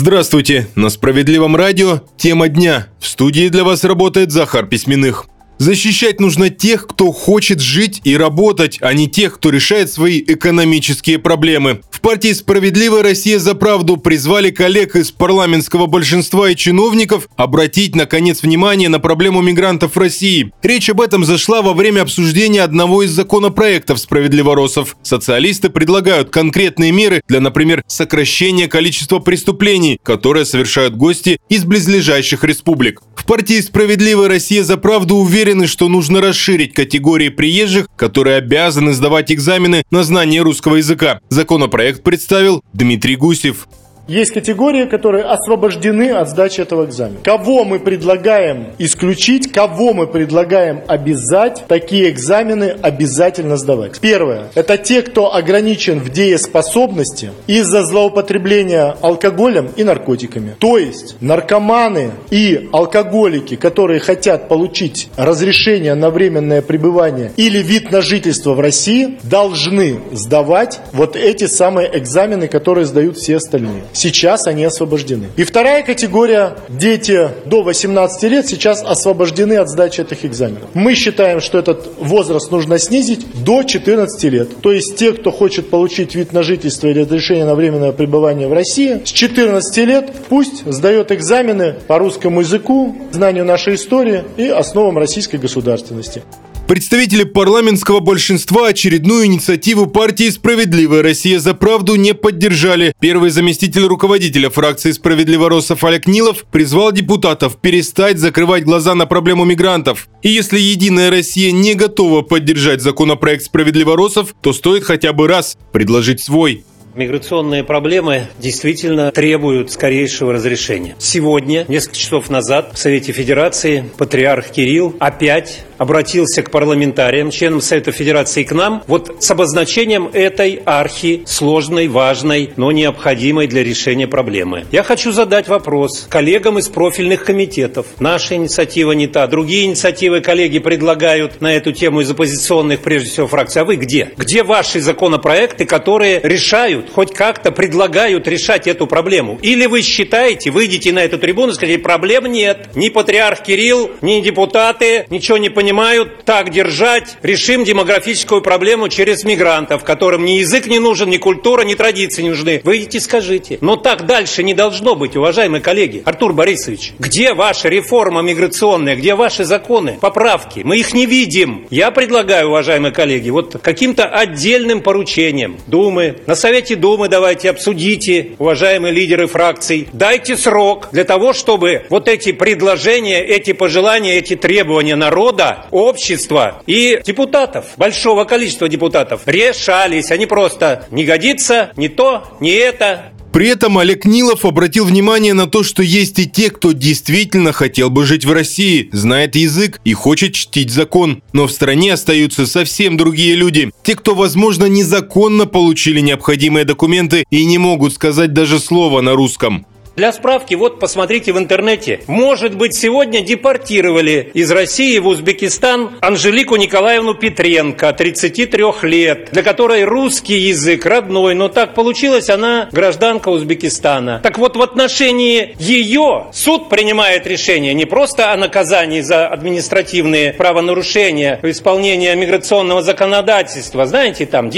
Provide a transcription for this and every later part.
Здравствуйте! На Справедливом радио тема дня. В студии для вас работает Захар Письменных. Защищать нужно тех, кто хочет жить и работать, а не тех, кто решает свои экономические проблемы. В партии «Справедливая Россия за правду» призвали коллег из парламентского большинства и чиновников обратить, наконец, внимание на проблему мигрантов в России. Речь об этом зашла во время обсуждения одного из законопроектов «Справедливоросов». Социалисты предлагают конкретные меры для, например, сокращения количества преступлений, которые совершают гости из близлежащих республик. В партии «Справедливая Россия за правду» уверены, что нужно расширить категории приезжих, которые обязаны сдавать экзамены на знание русского языка. Законопроект представил Дмитрий Гусев. Есть категории, которые освобождены от сдачи этого экзамена. Кого мы предлагаем исключить, кого мы предлагаем обязать такие экзамены обязательно сдавать. Первое. Это те, кто ограничен в дееспособности из-за злоупотребления алкоголем и наркотиками. То есть наркоманы и алкоголики, которые хотят получить разрешение на временное пребывание или вид на жительство в России, должны сдавать вот эти самые экзамены, которые сдают все остальные. Сейчас они освобождены. И вторая категория, дети до 18 лет сейчас освобождены от сдачи этих экзаменов. Мы считаем, что этот возраст нужно снизить до 14 лет. То есть те, кто хочет получить вид на жительство или разрешение на временное пребывание в России, с 14 лет пусть сдает экзамены по русскому языку, знанию нашей истории и основам российской государственности. Представители парламентского большинства очередную инициативу партии «Справедливая Россия за правду» не поддержали. Первый заместитель руководителя фракции «Справедливоросов» Олег Нилов призвал депутатов перестать закрывать глаза на проблему мигрантов. И если «Единая Россия» не готова поддержать законопроект «Справедливоросов», то стоит хотя бы раз предложить свой. Миграционные проблемы действительно требуют скорейшего разрешения. Сегодня, несколько часов назад, в Совете Федерации патриарх Кирилл опять обратился к парламентариям, членам Совета Федерации, к нам, вот с обозначением этой архисложной, важной, но необходимой для решения проблемы. Я хочу задать вопрос коллегам из профильных комитетов. Наша инициатива не та. Другие инициативы коллеги предлагают на эту тему из оппозиционных, прежде всего, фракций. А вы где? Где ваши законопроекты, которые решают, хоть как-то предлагают решать эту проблему? Или вы считаете, выйдете на эту трибуну и скажете, проблем нет. Ни патриарх Кирилл, ни депутаты ничего не понимают. Так держать. Решим демографическую проблему через мигрантов, которым ни язык не нужен, ни культура, ни традиции не нужны. Выйдите, скажите. Но так дальше не должно быть, уважаемые коллеги. Артур Борисович, где ваша реформа миграционная? Где ваши законы, поправки? Мы их не видим. Я предлагаю, уважаемые коллеги, вот каким-то отдельным поручением Думы, на Совете Думы давайте обсудите, уважаемые лидеры фракций, дайте срок для того, чтобы вот эти предложения, эти пожелания, эти требования народа, общества и депутатов, большого количества депутатов, решались. Они просто не годится, не то, не это. При этом Олег Нилов обратил внимание на то, что есть и те, кто действительно хотел бы жить в России, знает язык и хочет чтить закон. Но в стране остаются совсем другие люди. Те, кто, возможно, незаконно получили необходимые документы и не могут сказать даже слова на русском. Для справки, вот посмотрите в интернете. Может быть, сегодня депортировали из России в Узбекистан Анжелику Николаевну Петренко, 33 лет, для которой русский язык родной, но так получилось, она гражданка Узбекистана. Так вот, в отношении ее суд принимает решение не просто о наказании за административные правонарушения, исполнения миграционного законодательства. Знаете, там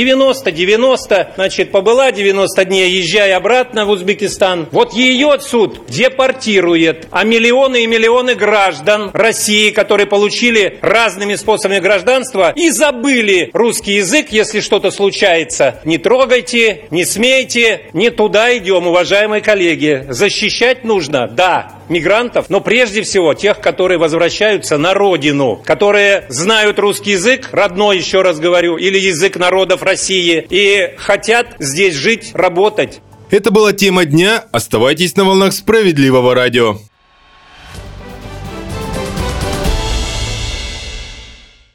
90, значит, побыла 90 дней, езжай обратно в Узбекистан. Вот ее суд депортирует, а миллионы и миллионы граждан России, которые получили разными способами гражданства и забыли русский язык, если что-то случается. Не трогайте, не смейте, не туда идем, уважаемые коллеги. Защищать нужно, да, мигрантов, но прежде всего тех, которые возвращаются на родину, которые знают русский язык, родной, еще раз говорю, или язык народов России, и хотят здесь жить, работать. Это была тема дня. Оставайтесь на волнах Справедливого радио.